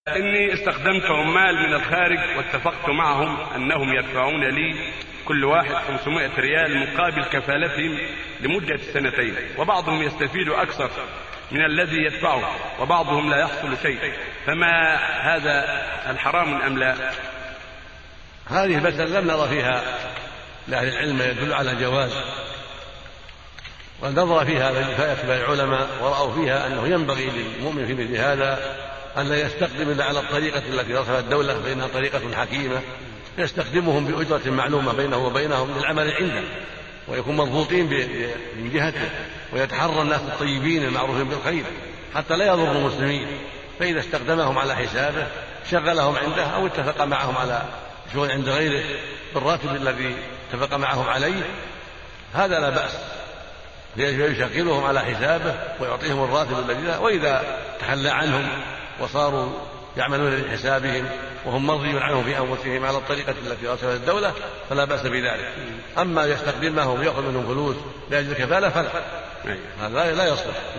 إني استخدمت عمال من الخارج واتفقت معهم أنهم يدفعون لي كل واحد 500 ريال مقابل كفالتهم لمدة 2 وبعضهم يستفيد أكثر من الذي يدفعه وبعضهم لا يحصل شيء، فما هذا الحرام أم لا؟ هذه المسألة لم نرى فيها لأهل العلم يدل على الجواز، ونظر فيها كبار العلماء ورأوا فيها أنه ينبغي للمؤمن في مثل هذا أن لا يستخدم إلا على الطريقة التي رسمها الدولة، فإنها طريقة حكيمة يستخدمهم بأجرة معلومة بينه وبينهم للعمل عنده، ويكون مضبوطين من جهته، ويتحرى الناس الطيبين المعروفين بالخير حتى لا يضر المسلمين. فإذا استخدمهم على حسابه شغلهم عنده أو اتفق معهم على شغل عند غيره بالراتب الذي اتفق معهم عليه، هذا لا بأس، يشغلهم على حسابه ويعطيهم الراتب الذي له. وإذا تخلى عنهم وصاروا يعملون لحسابهم وهم مرضي عنهم في أنفسهم على الطريقة التي رسمها الدولة فلا بأس بذلك. أما يستخدمهم ويأخذ منهم فلوس لأجل الكفالة فلا، هذا لا يصلح.